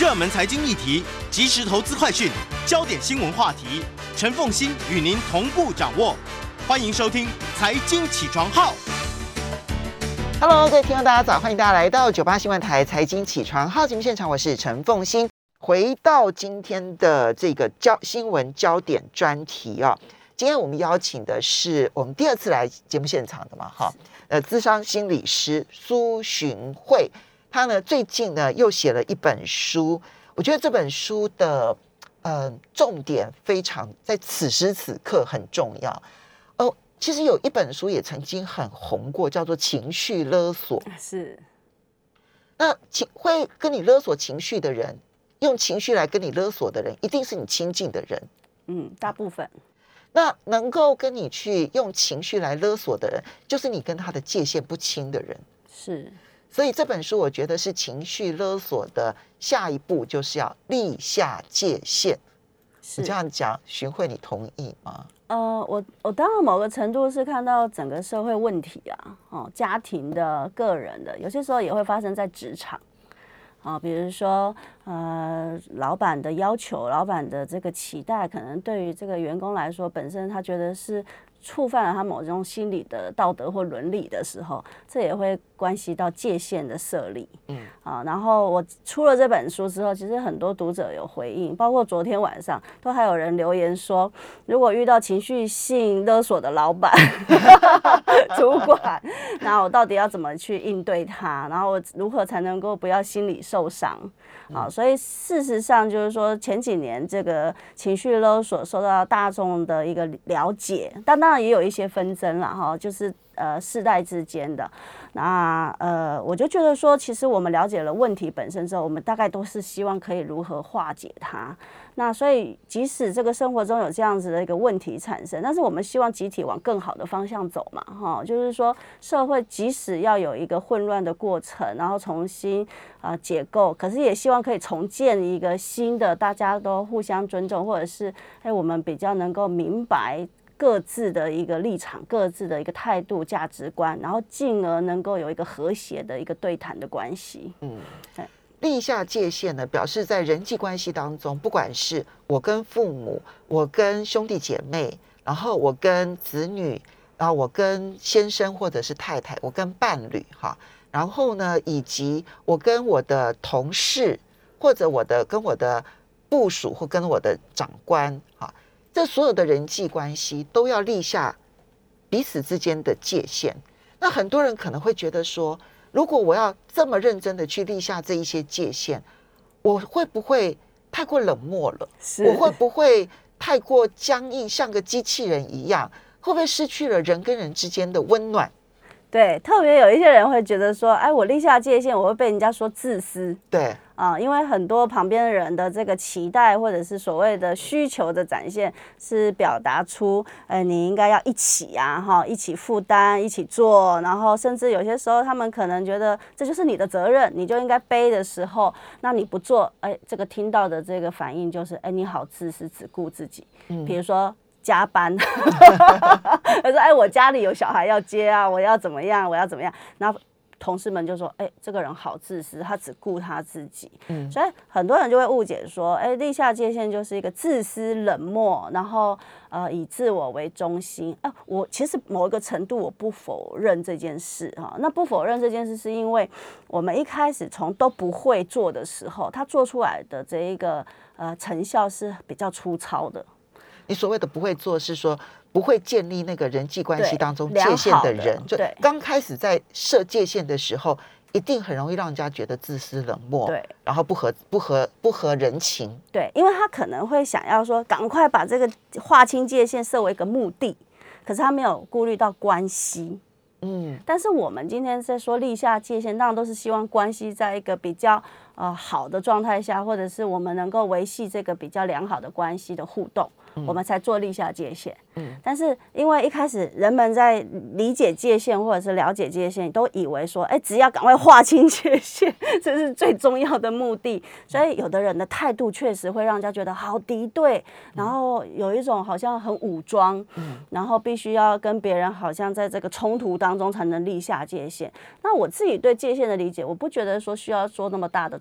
热门财经议题、即时投资快讯、焦点新闻话题，陈凤馨与您同步掌握。欢迎收听《财经起床号》。 Hello， 各位听众大家早，欢迎大家来到98新闻台财经起床号节目现场，我是陈凤馨。回到今天的这个新闻焦点专题啊，今天我们邀请的是我们第二次来节目现场的嘛，咨商心理师苏洵慧，她呢最近呢又写了一本书，我觉得这本书的重点非常在此时此刻很重要。其实有一本书也曾经很红过，叫做《情绪勒索》。 是， 那会跟你勒索情绪的人，用情绪来跟你勒索的人，一定是你亲近的人。 大部分。 那能够跟你去用情绪来勒索的人，就是你跟他的界限不清的人。 是， 所以这本书我觉得是情绪勒索的下一步，就是要立下界限。你这样讲，洵慧，你同意吗？ 我当然某个程度是看到整个社会问题啊，家庭的、个人的，有些时候也会发生在职场啊，比如说老板的要求、老板的这个期待，可能对于这个员工来说，本身他觉得是触犯了他某种心理的道德或伦理的时候，这也会关系到界限的设立。然后我出了这本书之后，其实很多读者有回应，包括昨天晚上都还有人留言说，如果遇到情绪性勒索的老板、主管，那我到底要怎么去应对他？然后我如何才能够不要心理受伤？所以事实上就是说，前几年这个情绪勒索受到大众的一个了解，但当然也有一些纷争啦，就是世代之间的。那我就觉得说，其实我们了解了问题本身之后，我们大概都是希望可以如何化解它。那所以即使这个生活中有这样子的一个问题产生，但是我们希望集体往更好的方向走嘛，就是说社会即使要有一个混乱的过程，然后重新解构，可是也希望可以重建一个新的，大家都互相尊重，或者是我们比较能够明白各自的一个立场、各自的一个态度、价值观，然后进而能够有一个和谐的一个对谈的关系。 立下界限呢，表示在人际关系当中，不管是我跟父母、我跟兄弟姐妹，然后我跟子女，然后我跟先生或者是太太，我跟伴侣然后呢，以及我跟我的同事，或者跟我的部属或跟我的长官这所有的人际关系都要立下彼此之间的界限。那很多人可能会觉得说，如果我要这么认真的去立下这一些界限，我会不会太过冷漠了？我会不会太过僵硬，像个机器人一样？会不会失去了人跟人之间的温暖？ 对，特别有一些人会觉得说，我立下界限，我会被人家说自私。 对因为很多旁边的人的这个期待或者是所谓的需求的展现，是表达出，你应该要一起一起负担，一起做，然后甚至有些时候他们可能觉得这就是你的责任，你就应该背的时候，那你不做，这个听到的这个反应就是，你好自私，只顾自己。比如说加班，他说我家里有小孩要接啊，我要怎么样，然后同事们就说，这个人好自私，他只顾他自己。所以很多人就会误解说，立下界限就是一个自私冷漠，然后以自我为中心。我其实某一个程度我不否认这件事那不否认这件事是因为我们一开始从都不会做的时候，他做出来的这一个成效是比较粗糙的。 你所谓的不会做，是说不会建立那个人际关系当中界限的人，就刚开始在设界限的时候，一定很容易让人家觉得自私冷漠， 对， 然后不合人情， 对，因为他可能会想要说，赶快把这个划清界限设为一个目的，可是他没有顾虑到关系。但是我们今天在说立下界限，当然都是希望关系在一个比较好的状态下，或者是我们能够维系这个比较良好的关系的互动。我们才做立下界限。但是因为一开始人们在理解界限或者是了解界限，都以为说，只要赶快划清界限，这是最重要的目的。所以有的人的态度确实会让人家觉得好敌对，然后有一种好像很武装，然后必须要跟别人好像在这个冲突当中才能立下界限。那我自己对界限的理解，我不觉得说需要做那么大的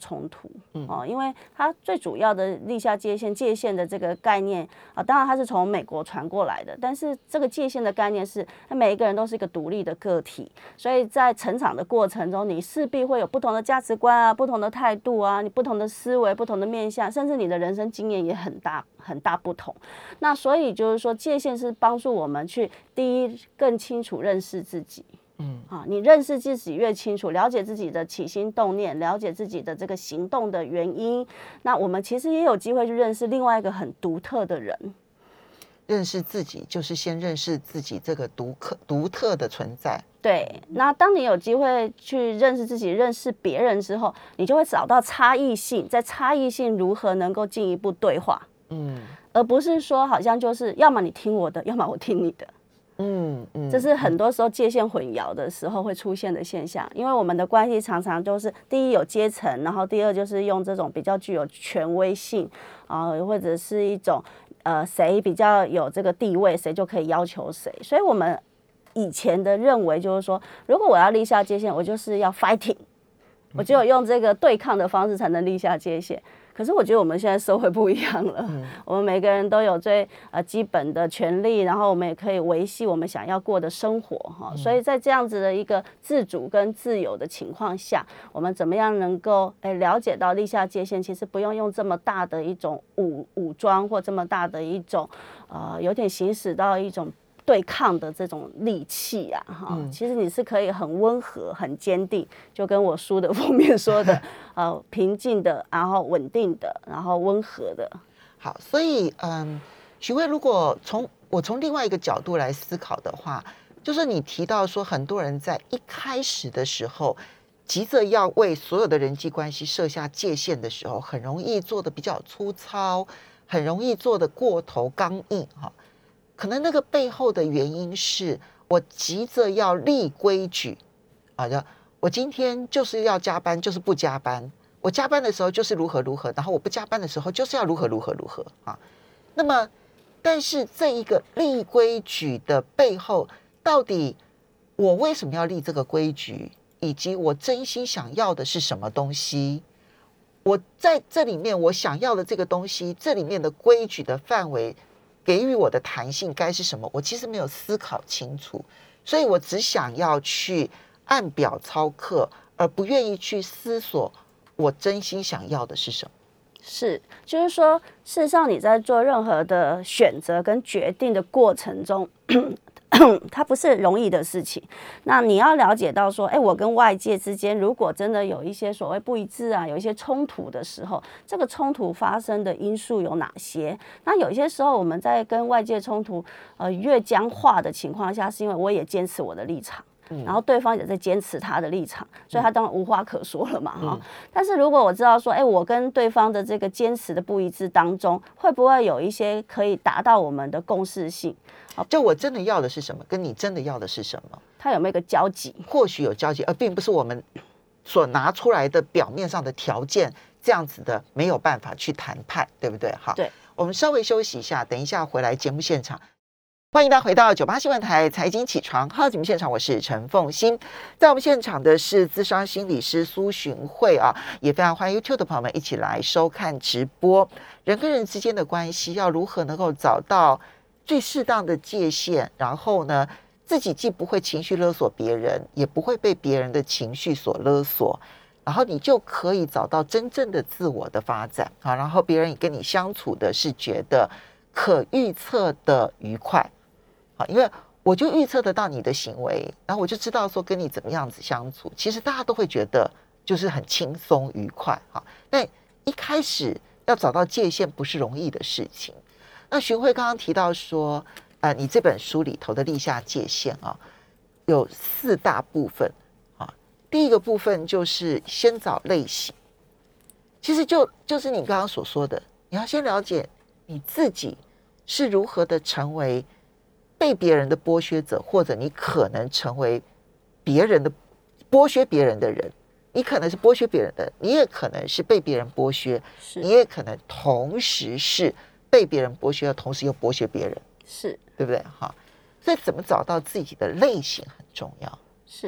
冲突。因为它最主要的立下界限的这个概念当然它是从美国传过来的，但是这个界限的概念是每一个人都是一个独立的个体，所以在成长的过程中，你势必会有不同的价值观啊，不同的态度啊，你不同的思维、不同的面向，甚至你的人生经验也很大不同。那所以就是说，界限是帮助我们去第一更清楚认识自己。你认识自己越清楚，了解自己的起心动念，了解自己的这个行动的原因，那我们其实也有机会去认识另外一个很独特的人。 认识自己就是先认识自己这个独特的存在。 对，那当你有机会去认识自己、认识别人之后，你就会找到差异性，在差异性如何能够进一步对话，而不是说好像就是要么你听我的，要么我听你的。这是很多时候界限混淆的时候会出现的现象，因为我们的关系常常就是第一有阶层，然后第二就是用这种比较具有权威性或者是一种谁比较有这个地位，谁就可以要求谁。所以我们以前的认为就是说，如果我要立下界限，我就是要 fighting， 我只有用这个对抗的方式才能立下界限。可是我觉得我们现在社会不一样了，我们每个人都有最基本的权利，然后我们也可以维系我们想要过的生活所以在这样子的一个自主跟自由的情况下，我们怎么样能够了解到立下界限，其实不用用这么大的一种武装或这么大的一种有点行使到一种对抗的这种利器其实你是可以很温和、很坚定，就跟我书的封面说的，平静的，然后稳定的，然后温和的。 好，所以许慧，如果我从另外一个角度来思考的话，就是你提到说，很多人在一开始的时候，急着要为所有的人际关系设下界限的时候，很容易做的比较粗糙，很容易做的过头刚硬可能那个背后的原因是我急着要立规矩我今天就是要加班，就是不加班，我加班的时候就是如何如何，然后我不加班的时候就是要如何如何如何那么但是这一个立规矩的背后，到底我为什么要立这个规矩，以及我真心想要的是什么东西，我在这里面我想要的这个东西，这里面的规矩的范围给予我的弹性该是什么，我其实没有思考清楚，所以我只想要去按表操课，而不愿意去思索我真心想要的是什么。 是，就是说，事实上你在做任何的选择跟决定的过程中它不是容易的事情。那你要了解到说，我跟外界之间如果真的有一些所谓不一致有一些冲突的时候，这个冲突发生的因素有哪些？那有些时候我们在跟外界冲突越僵化的情况下，是因为我也坚持我的立场。然后对方也在坚持他的立场，所以他当然无话可说了嘛但是如果我知道说，我跟对方的这个坚持的不一致当中，会不会有一些可以达到我们的共识性？ 就我真的要的是什么，跟你真的要的是什么， 它有没有一个交集？ 或许有交集，而并不是我们所拿出来的表面上的条件这样子的没有办法去谈判，对不对？好， 对， 我们稍微休息一下，等一下回来节目现场。欢迎大家回到98新闻台财经起床号节目现场，我是陈凤馨。在我们现场的是咨商心理师苏珣慧也非常欢迎 YouTube 的朋友们一起来收看直播。人跟人之间的关系要如何能够找到最适当的界限，然后呢，自己既不会情绪勒索别人，也不会被别人的情绪所勒索，然后你就可以找到真正的自我的发展然后别人也跟你相处的是觉得可预测的愉快因为我就预测得到你的行为，然后我就知道说跟你怎么样子相处，其实大家都会觉得就是很轻松愉快但一开始要找到界限不是容易的事情。那珣慧刚刚提到说你这本书里头的立下界限有4大部分第一个部分就是先找类型，其实就是你刚刚所说的，你要先了解你自己是如何的成为被别人的剥削者，或者你可能成为别人的剥削别人的人，你可能是剥削别人的，你也可能是被别人剥削，你也可能同时是被别人剥削，同时又剥削别人， 是， 对不对？所以怎么找到自己的类型很重要。 是，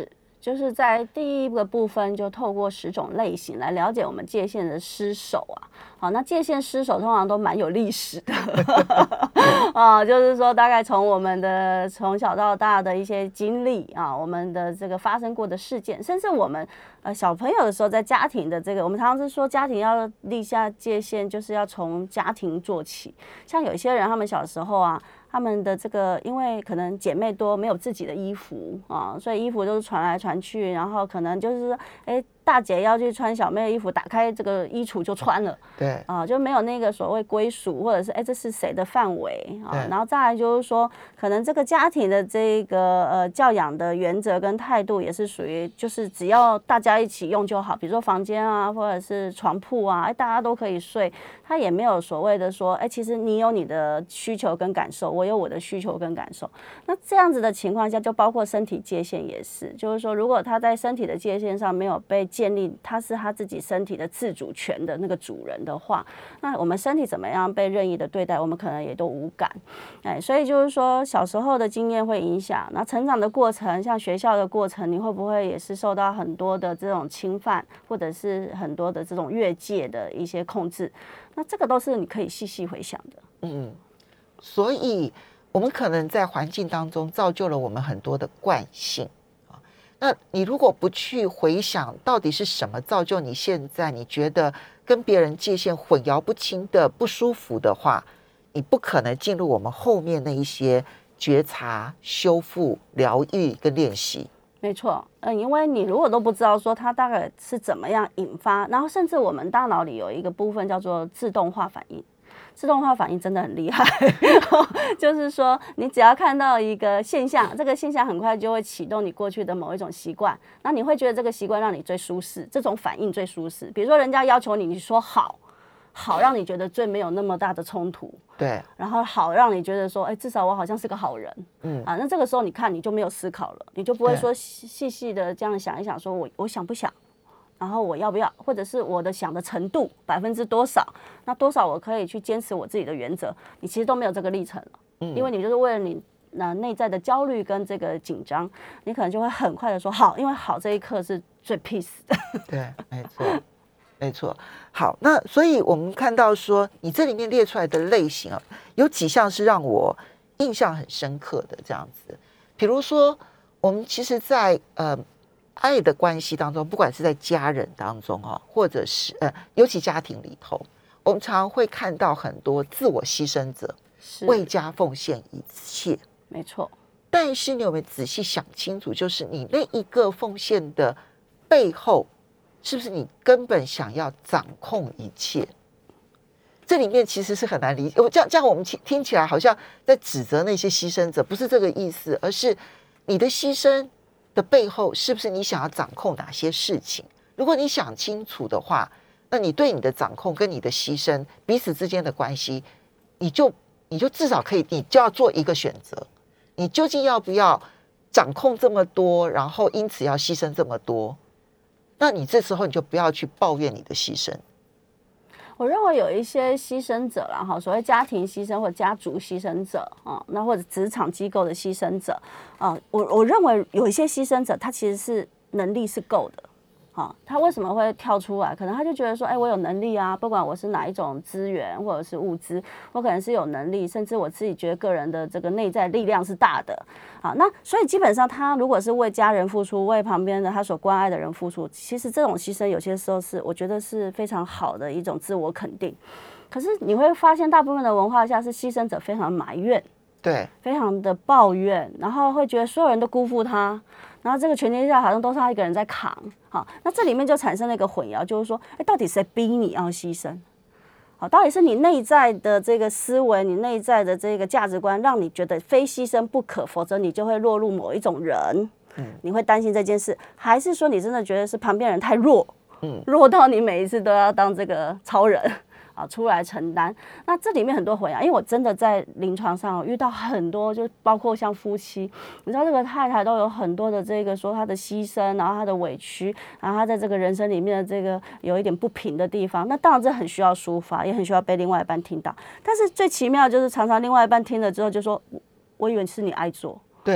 就是在第一个部分就透过10种类型来了解我们界限的失守啊。好，那界限失守通常都蛮有历史的啊，就是说大概从我们的从小到大的一些经历啊，我们的这个发生过的事件，甚至我们小朋友的时候在家庭的这个，我们常常是说家庭要立下界限，就是要从家庭做起。像有一些人他们小时候啊，他们的这个，因为可能姐妹多，没有自己的衣服啊，所以衣服都是传来传去，然后可能就是说，大姐要去穿小妹的衣服，打开这个衣橱就穿了， 对啊，就没有那个所谓归属，或者是这是谁的范围啊？然后再来就是说，可能这个家庭的这个教养的原则跟态度也是属于，就是只要大家一起用就好，比如说房间啊，或者是床铺啊，大家都可以睡，他也没有所谓的说，其实你有你的需求跟感受，我有我的需求跟感受。那这样子的情况下，就包括身体界限也是，就是说，如果他在身体的界限上没有被建立，他是他自己身体的自主权的那个主人的话，那我们身体怎么样被任意的对待，我们可能也都无感。所以就是说，小时候的经验会影响，那成长的过程，像学校的过程，你会不会也是受到很多的这种侵犯，或者是很多的这种越界的一些控制？那这个都是你可以细细回想的。 所以我们可能在环境当中造就了我们很多的惯性。那你如果不去回想到底是什么造就你现在你觉得跟别人界限混淆不清的不舒服的话，你不可能进入我们后面那一些觉察、修复、疗愈跟练习。 没错，因为你如果都不知道说它大概是怎么样引发，然后甚至我们大脑里有一个部分叫做自动化反应。自动化反应真的很厉害就是说你只要看到一个现象，这个现象很快就会启动你过去的某一种习惯，那你会觉得这个习惯让你最舒适，这种反应最舒适。比如说人家要求你说好让你觉得最没有那么大的冲突， 对， 然后好让你觉得说至少我好像是个好人，那这个时候你看你就没有思考了，你就不会说细细的这样想一想说我想不想，然后我要不要，或者是我的想的程度%多少，那多少我可以去坚持我自己的原则，你其实都没有这个历程了，因为你就是为了你内在的焦虑跟这个紧张，你可能就会很快的说好，因为好这一刻是最 peace 的。 对，没错，没错。好，那所以我们看到说，你这里面列出来的类型啊，有几项是让我印象很深刻的这样子。比如说，我们其实在爱的关系当中，不管是在家人当中或者是尤其家庭里头，我们常常会看到很多自我牺牲者为家奉献一切。 没错。 但是你有没有仔细想清楚，就是你那一个奉献的背后，是不是你根本想要掌控一切？这里面其实是很难理解。这样我们听起来好像在指责那些牺牲者，不是这个意思，而是你的牺牲的背后，是不是你想要掌控哪些事情？如果你想清楚的话，那你对你的掌控跟你的牺牲彼此之间的关系，你就至少可以，你就要做一个选择。你究竟要不要掌控这么多，然后因此要牺牲这么多？那你这时候你就不要去抱怨你的牺牲。 我认为有一些牺牲者啦，哈，所谓家庭牺牲或家族牺牲者啊，那或者职场机构的牺牲者啊，我认为有一些牺牲者，他其实是能力是够的。他为什么会跳出来？可能他就觉得说，我有能力啊，不管我是哪一种资源或者是物资，我可能是有能力，甚至我自己觉得个人的这个内在力量是大的。好，那所以基本上他如果是为家人付出，为旁边的他所关爱的人付出，其实这种牺牲有些时候是我觉得是非常好的一种自我肯定。可是你会发现，大部分的文化下是牺牲者非常埋怨， 对， 非常的抱怨，然后会觉得所有人都辜负他。然后这个全天下好像都是他一个人在扛，好，那这里面就产生了一个混淆，就是说，到底谁逼你要牺牲？好，到底是你内在的这个思维，你内在的这个价值观，让你觉得非牺牲不可，否则你就会落入某一种人，你会担心这件事，还是说你真的觉得是旁边人太弱，弱到你每一次都要当这个超人？出来承担，那这里面很多混淆，因为我真的在临床上遇到很多，就包括像夫妻，你知道这个太太都有很多的这个说她的牺牲，然后她的委屈，然后她在这个人生里面的这个有一点不平的地方，那当然这很需要抒发，也很需要被另外一半听到。但是最奇妙的就是常常另外一半听了之后就说，我以为是你爱做， 对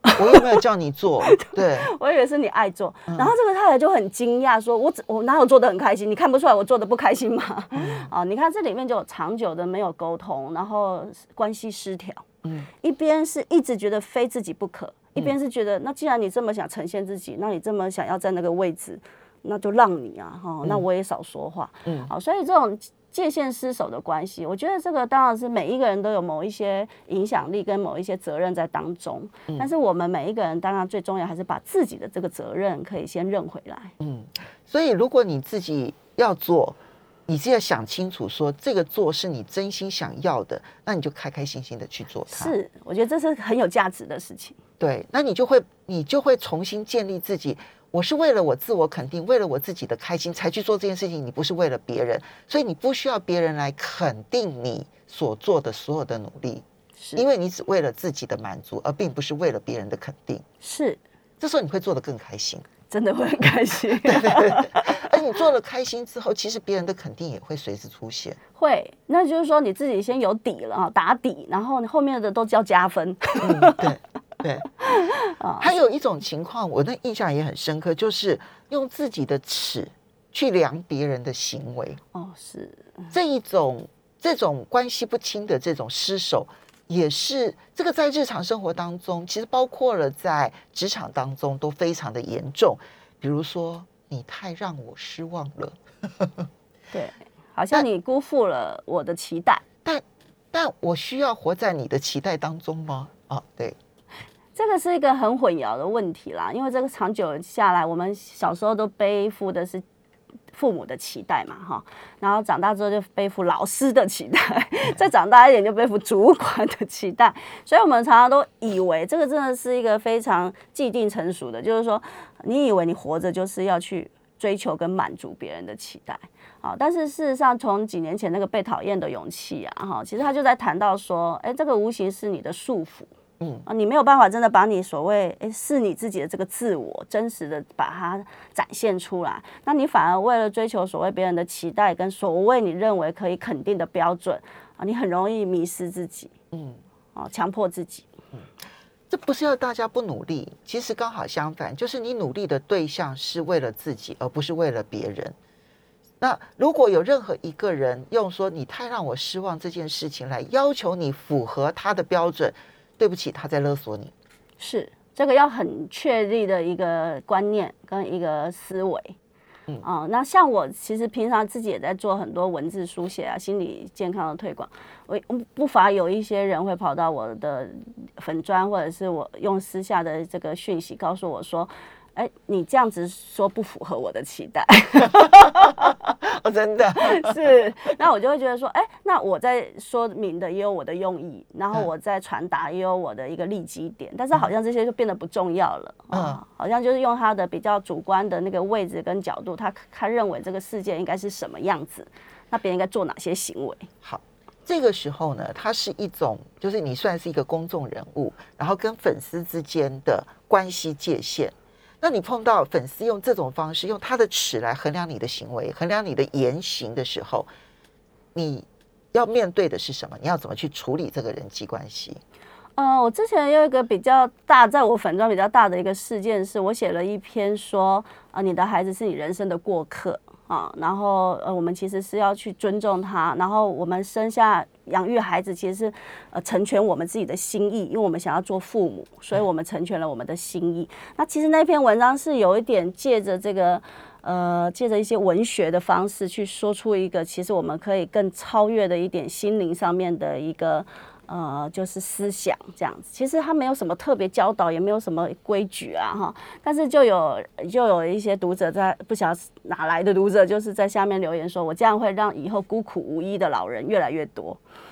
我又没有叫你做，对， 我以为是你爱做。然后这个太太就很惊讶，说我哪有做得很开心？你看不出来我做得不开心吗？你看这里面就有长久的没有沟通，然后关系失调。一边是一直觉得非自己不可，一边是觉得那既然你这么想呈现自己，那你这么想要在那个位置，那就让你啊，那我也少说话。好，所以这种界限失守的关系，我觉得这个当然是每一个人都有某一些影响力跟某一些责任在当中，但是我们每一个人当然最重要还是把自己的这个责任可以先认回来。 所以如果你自己要做，你是要想清楚说这个做是你真心想要的，那你就开开心心的去做它。 是，我觉得这是很有价值的事情。 对，那你就会重新建立自己。我是为了我自我肯定，为了我自己的开心才去做这件事情，你不是为了别人，所以你不需要别人来肯定你所做的所有的努力，因为你只为了自己的满足，而并不是为了别人的肯定。 是， 这时候你会做得更开心， 真的会很开心。 对，而你做了开心之后，其实别人的肯定也会随之出现。 会，那就是说你自己先有底了，打底，然后后面的都叫加分。 对，还有一种情况，我的印象也很深刻，就是用自己的尺去量别人的行为。 是这种关系不清的这种失守，也是这个在日常生活当中，其实包括了在职场当中都非常的严重。比如说，你太让我失望了， 对，好像你辜负了我的期待。 但我需要活在你的期待当中吗？对。 这个是一个很混淆的问题啦，因为这个长久下来，我们小时候都背负的是父母的期待嘛，然后长大之后就背负老师的期待，再长大一点就背负主管的期待，所以我们常常都以为这个真的是一个非常既定成熟的，就是说你以为你活着就是要去追求跟满足别人的期待。但是事实上，从几年前那个被讨厌的勇气啊，其实他就在谈到说，这个无形是你的束缚。你没有办法真的把你所谓是你自己的这个自我真实的把它展现出来，那你反而为了追求所谓别人的期待跟所谓你认为可以肯定的标准你很容易迷失自己，强迫自己。 这不是要大家不努力，其实刚好相反，就是你努力的对象是为了自己，而不是为了别人。那如果有任何一个人用说你太让我失望这件事情来要求你符合他的标准，对不起，他在勒索你。 是，这个要很确立的一个观念跟一个思维。那像我其实平常自己也在做很多文字书写心理健康的推广，我不乏有一些人会跑到我的粉专，或者是我用私下的这个讯息告诉我说，你这样子说不符合我的期待。 真的是，那我就会觉得说，那我在说明的也有我的用意，然后我在传达也有我的一个利基点，但是好像这些就变得不重要了。好像就是用他的比较主观的那个位置跟角度，他认为这个世界应该是什么样子，那别人应该做哪些行为。 好，这个时候呢，它是一种就是你算是一个公众人物，然后跟粉丝之间的关系界限。那你碰到粉丝用这种方式，用他的尺来衡量你的行为，衡量你的言行的时候，你要面对的是什么？你要怎么去处理这个人际关系？ 我之前有一个比较大，在我粉专比较大的一个事件，是我写了一篇说，你的孩子是你人生的过客然后我们其实是要去尊重他，然后我们生下养育孩子其实是成全我们自己的心意，因为我们想要做父母，所以我们成全了我们的心意。那其实那篇文章是有一点借着这个借着一些文学的方式去说出一个其实我们可以更超越的一点心灵上面的一个就是思想这样子。其实他没有什么特别教导，也没有什么规矩但是就有一些读者在不晓得哪来的读者，就是在下面留言说，我这样会让以后孤苦无依的老人越来越多。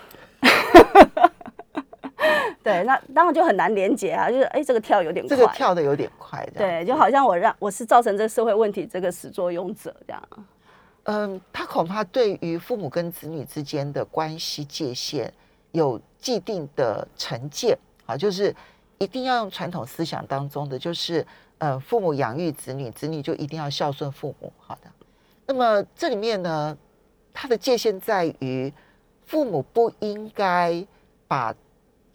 对，那当然就很难连结就是这个跳有点快， 这个跳的有点快， 对，就好像我是造成这个社会问题这个始作俑者这样。 他恐怕对于父母跟子女之间的关系界限有既定的成见就是一定要用传统思想当中的，就是父母养育子女，子女就一定要孝顺父母。好的，那么这里面呢，它的界限在于父母不应该把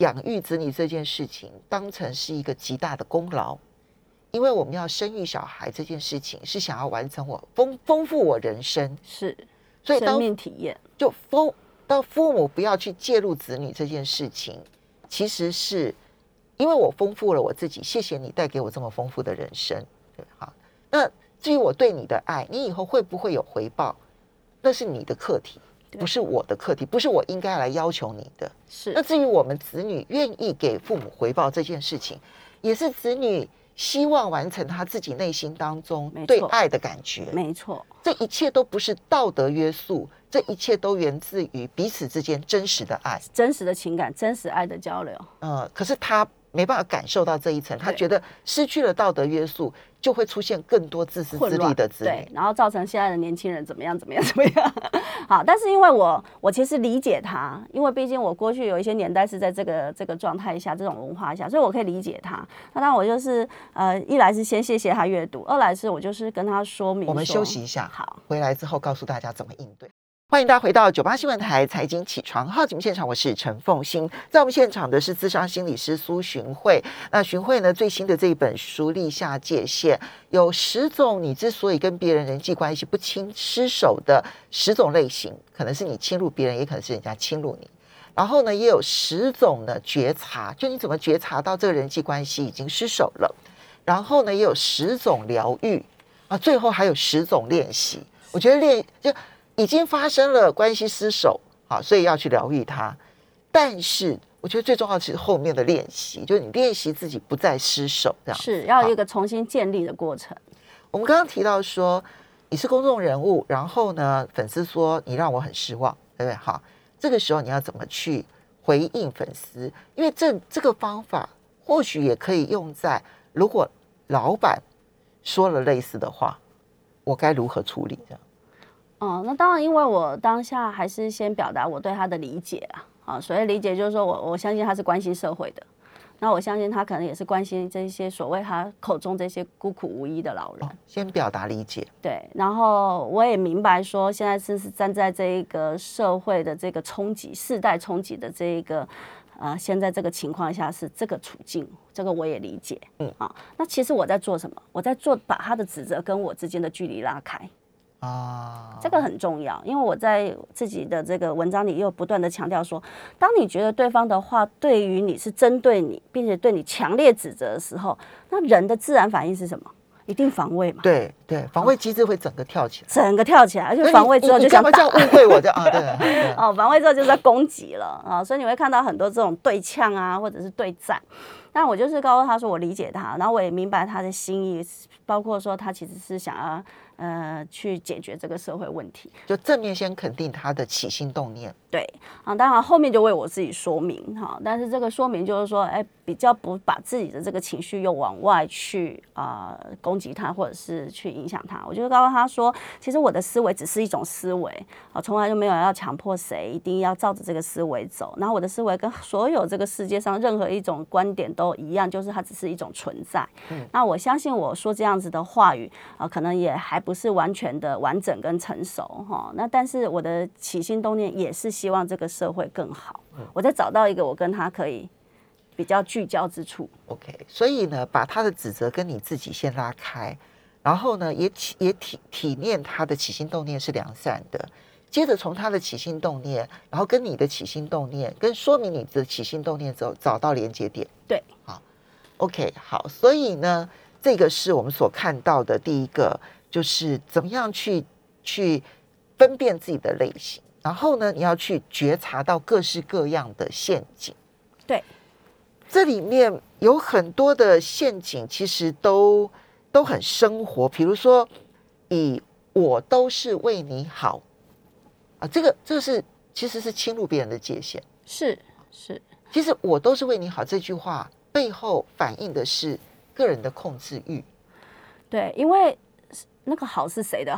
养育子女这件事情当成是一个极大的功劳，因为我们要生育小孩这件事情是想要完成我丰富我人生， 是， 所以生命体验就到父母不要去介入子女这件事情，其实是因为我丰富了我自己，谢谢你带给我这么丰富的人生，对，好。那至于我对你的爱，你以后会不会有回报，那是你的课题，不是我的课题，不是我应该来要求你的。 是。 那至于我们子女愿意给父母回报这件事情，也是子女希望完成他自己内心当中对爱的感觉。 没错， 这一切都不是道德约束，这一切都源自于彼此之间真实的爱、 真实的情感、真实爱的交流。 可是他没办法感受到这一层，他觉得失去了道德约束，就会出现更多自私自利的子女， 对，然后造成现在的年轻人怎么样。好，但是因为我其实理解他，因为毕竟我过去有一些年代是在这个状态下、这种文化下，所以我可以理解他。那当然我就是一来是先谢谢他阅读，二来是我就是跟他说明。 我们休息一下， 好， 回来之后告诉大家怎么应对。欢迎大家回到98新闻台财经起床号节目现场，我是陈凤馨。在我们现场的是諮商心理师苏洵慧。那洵慧呢，最新的这一本书《立下界限》，有10种你之所以跟别人人际关系不轻失手的10种类型，可能是你侵入别人，也可能是人家侵入你。然后呢，也有10种的觉察，就你怎么觉察到这个人际关系已经失手了。然后呢，也有10种疗愈啊，最后还有10种练习。我觉得就已经发生了关系失手，好，所以要去疗愈它。但是我觉得最重要的是后面的练习，就是你练习自己不再失手，这样是要有一个重新建立的过程。 我们刚刚提到说你是公众人物，然后呢，粉丝说你让我很失望，对不对？好，这个时候你要怎么去回应粉丝？因为这个方法或许也可以用在如果老板说了类似的话，我该如何处理这样？ 那当然，因为我当下还是先表达我对他的理解所以理解就是说我相信他是关心社会的，那我相信他可能也是关心这些所谓他口中这些孤苦无依的老人。 先表达理解， 对，然后我也明白说，现在是站在这一个社会的这个冲击、世代冲击的这一个现在这个情况下是这个处境，这个我也理解。那其实我在做什么？我在把他的指责跟我之间的距离拉开。这个很重要，因为我在自己的这个文章里也有不断的强调说，当你觉得对方的话对于你是针对你，并且对你强烈指责的时候，那人的自然反应是什么？一定防卫嘛。 对对，防卫机制会整个跳起来， 而且防卫之后就想打。 你干嘛这样误会我这样对防卫之后就是在攻击了所以你会看到很多这种对呛或者是对战。但我就是告诉他说我理解他，然后我也明白他的心意，包括说他其实是想要去解决这个社会问题， 就正面先肯定他的起心动念。 对当然后面就为我自己说明但是这个说明就是说比较不把自己的这个情绪又往外去攻击他，或者是去影响他。我就告诉他说，其实我的思维只是一种思维从来就没有要强迫谁一定要照着这个思维走，然后我的思维跟所有这个世界上任何一种观点都一样，就是它只是一种存在。那我相信我说这样子的话语可能也还不是完全的完整跟成熟那但是我的起心动念也是希望这个社会更好。我再找到一个我跟他可以比较聚焦之处。 OK， 所以呢，把他的指责跟你自己先拉开，然后呢，也体念他的起心动念是良善的，接着从他的起心动念，然后跟你的起心动念，跟说明你的起心动念之后，找到连接点。 对， 好 ，OK， 好，所以呢，这个是我们所看到的第一个，就是怎么样去分辨自己的类型，然后呢，你要去觉察到各式各样的陷阱。 对， 这里面有很多的陷阱，其实都很生活。比如说，我都是为你好这个是其实是侵入别人的界限。 是， 其实我都是为你好这句话背后反映的是个人的控制欲。 对，因为那个好是谁的好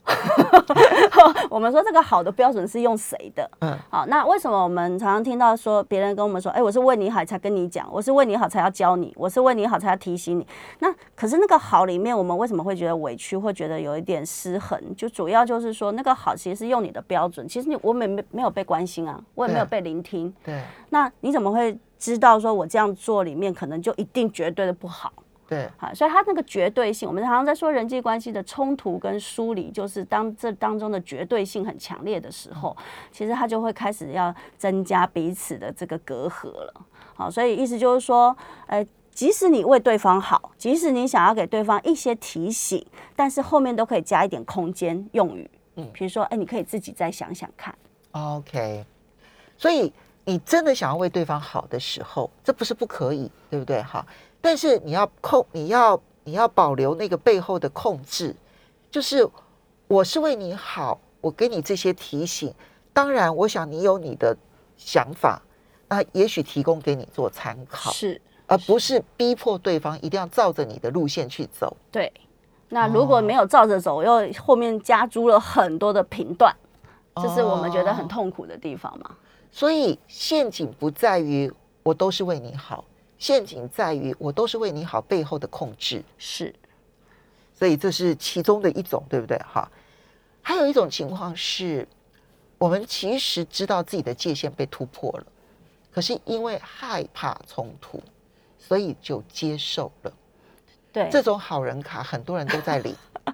我们说这个好的标准是用谁的？好，那为什么我们常常听到说别人跟我们说，我是为你好才跟你讲，我是为你好才要教你，我是为你好才要提醒你。那可是那个好里面，我们为什么会觉得委屈，会觉得有一点失衡？就主要就是说，那个好其实是用你的标准，其实我没有被关心啊，我也没有被聆听。 对， 那你怎么会知道说我这样做里面可能就一定绝对的不好？ 对， 好，所以它那个绝对性，我们常常在说人际关系的冲突跟疏离，就是这当中的绝对性很强烈的时候，其实它就会开始要增加彼此的这个隔阂了。好，所以意思就是说，即使你为对方好，即使你想要给对方一些提醒，但是后面都可以加一点空间用语，比如说，你可以自己再想想看。 OK， 所以你真的想要为对方好的时候，这不是不可以，对不对？哈。但是你要保留那个背后的控制，就是我是为你好，我给你这些提醒，当然我想你有你的想法，那也许提供给你做参考， 是， 而不是逼迫对方一定要照着你的路线去走。 对，那如果没有照着走，又后面加诸了很多的评断，这是我们觉得很痛苦的地方嘛。 所以陷阱不在于我都是为你好，陷阱在于我都是为你好背后的控制， 是， 所以这是其中的一种，对不对？哈，还有一种情况是，我们其实知道自己的界限被突破了，可是因为害怕冲突，所以就接受了。 对， 这种好人卡很多人都在领。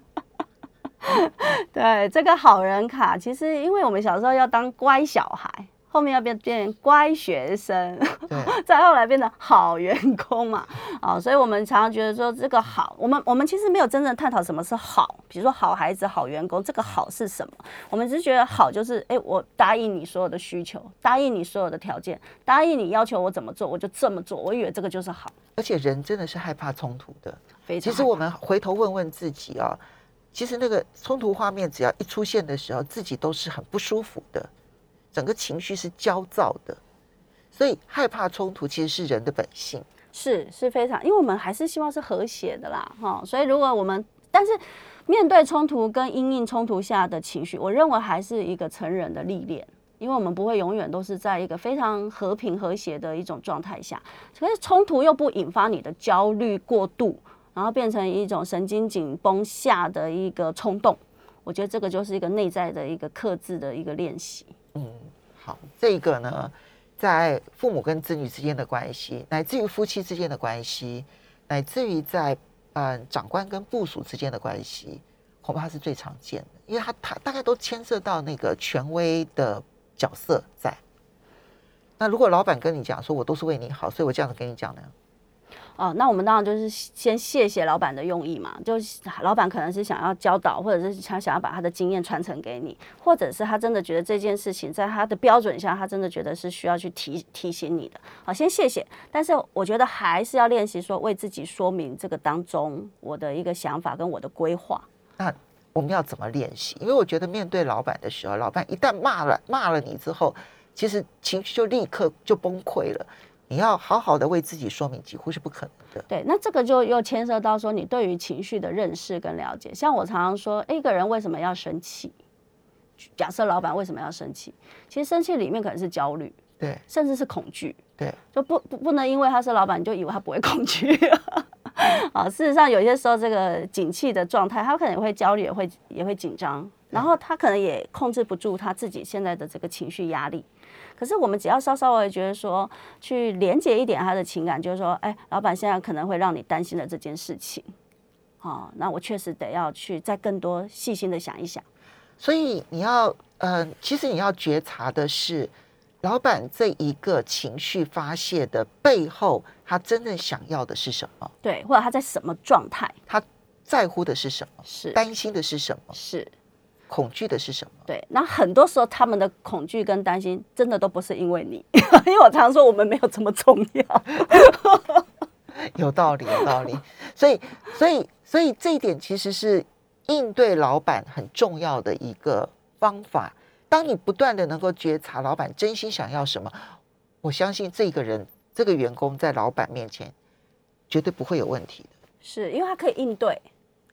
对，这个好人卡，其实因为我们小时候要当乖小孩，后面要变成乖学生，再后来变成好员工嘛，所以我们常常觉得说这个好，我们其实没有真正探讨什么是好，比如说好孩子、好员工，这个好是什么？我们只是觉得好就是，我答应你所有的需求，答应你所有的条件，答应你要求我怎么做，我就这么做，我以为这个就是好。 而且人真的是害怕冲突的， 非常。 其实我们回头问问自己啊，其实那个冲突画面只要一出现的时候，自己都是很不舒服的。整个情绪是焦躁的，所以害怕冲突其实是人的本性， 是非常，因为我们还是希望是和谐的啦，所以如果我们，但是面对冲突跟因应冲突下的情绪，我认为还是一个成人的历练，因为我们不会永远都是在一个非常和平和谐的一种状态下，可是冲突又不引发你的焦虑过度，然后变成一种神经紧绷下的一个冲动，我觉得这个就是一个内在的一个克制的一个练习。 好，这个呢，在父母跟子女之间的关系，乃至于夫妻之间的关系，乃至于在长官跟部属之间的关系，恐怕是最常见的，因为他大概都牵涉到那个权威的角色在。那如果老板跟你讲说，我都是为你好，所以我这样子跟你讲呢？ 那我们当然就是先谢谢老板的用意嘛，就是老板可能是想要教导，或者是他想要把他的经验传承给你，或者是他真的觉得这件事情在他的标准下，他真的觉得是需要去提醒你的。好，先谢谢，但是我觉得还是要练习说为自己说明这个当中我的一个想法跟我的规划。 那我们要怎么练习？因为我觉得面对老板的时候，老板一旦骂了你之后，其实情绪就立刻就崩溃了。你要好好的为自己说明，几乎是不可能的。 对，那这个就又牵涉到说你对于情绪的认识跟了解。像我常常说，一个人为什么要生气？假设老板为什么要生气？其实生气里面可能是焦虑， 对， 甚至是恐惧， 对， 就不能因为他是老板，你就以为他不会恐惧事实上，有些时候这个景气的状态，他可能也会焦虑，也会紧张，然后他可能也控制不住他自己现在的这个情绪压力。可是我们只要稍微觉得说，去连接一点他的情感，就是说，老板现在可能会让你担心的这件事情，那我确实得要去再更多细心的想一想。 所以你要其实你要觉察的是，老板这一个情绪发泄的背后，他真正想要的是什么？ 对，或者他在什么状态？ 他在乎的是什么？ 是担心的是什么？ 是。 恐惧的是什么？ 对，那很多时候他们的恐惧跟担心，真的都不是因为你，因为我常说我们没有这么重要。 有道理，有道理。所以这一点其实是应对老板很重要的一个方法。当你不断的能够觉察老板真心想要什么，我相信这个员工在老板面前绝对不会有问题的。 是因为他可以应对。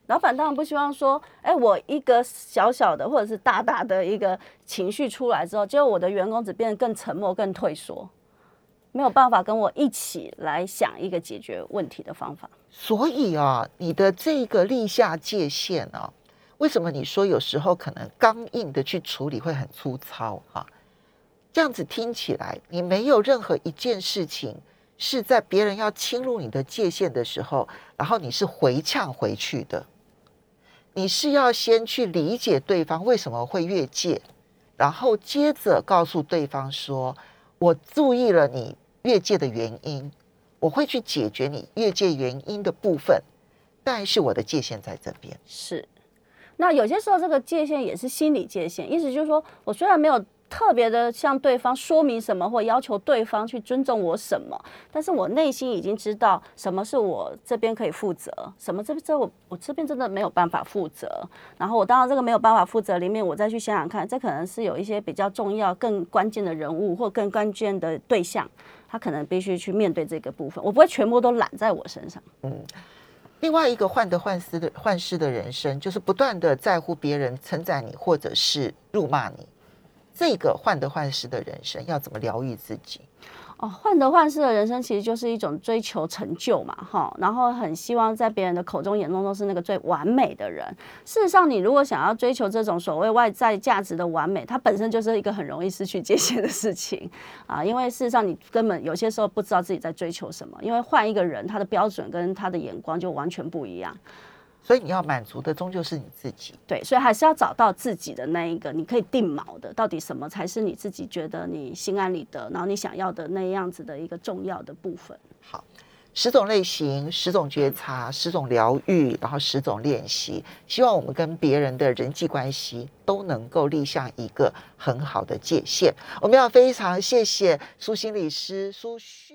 老板当然不希望说，我一个小小的或者是大大的一个情绪出来之后，结果我的员工只变得更沉默、更退缩，没有办法跟我一起来想一个解决问题的方法。 所以啊，你的这个立下界限啊，为什么你说有时候可能刚硬的去处理会很粗糙啊？这样子听起来，你没有任何一件事情是在别人要侵入你的界限的时候，然后你是回呛回去的。你是要先去理解对方为什么会越界，然后接着告诉对方说，我注意了你越界的原因，我会去解决你越界原因的部分，但是我的界限在这边。 是，那有些时候这个界限也是心理界限，意思就是说我虽然没有特别的向对方说明什么，或要求对方去尊重我什么，但是我内心已经知道什么是我这边可以负责，什么我这边真的没有办法负责。然后我当然这个没有办法负责里面，我再去想想看，这可能是有一些比较重要、更关键的人物或更关键的对象，他可能必须去面对这个部分，我不会全部都揽在我身上。 另外一个患得患失的人生，就是不断的在乎别人称赞你或者是辱骂你。这个患得患失的人生要怎么疗愈自己？ 患得患失的人生其实就是一种追求成就嘛，然后很希望在别人的口中眼中都是那个最完美的人。事实上，你如果想要追求这种所谓外在价值的完美，它本身就是一个很容易失去界限的事情啊，因为事实上你根本有些时候不知道自己在追求什么，因为换一个人，他的标准跟他的眼光就完全不一样。 所以你要满足的终究是你自己。 对，所以还是要找到自己的那一个你可以定锚的，到底什么才是你自己觉得你心安理得，然后你想要的那样子的一个重要的部分。 好，10种类型，10种觉察，10种疗愈，然后10种练习，希望我们跟别人的人际关系都能够立下一个很好的界限。我们要非常谢谢苏心理师苏旭。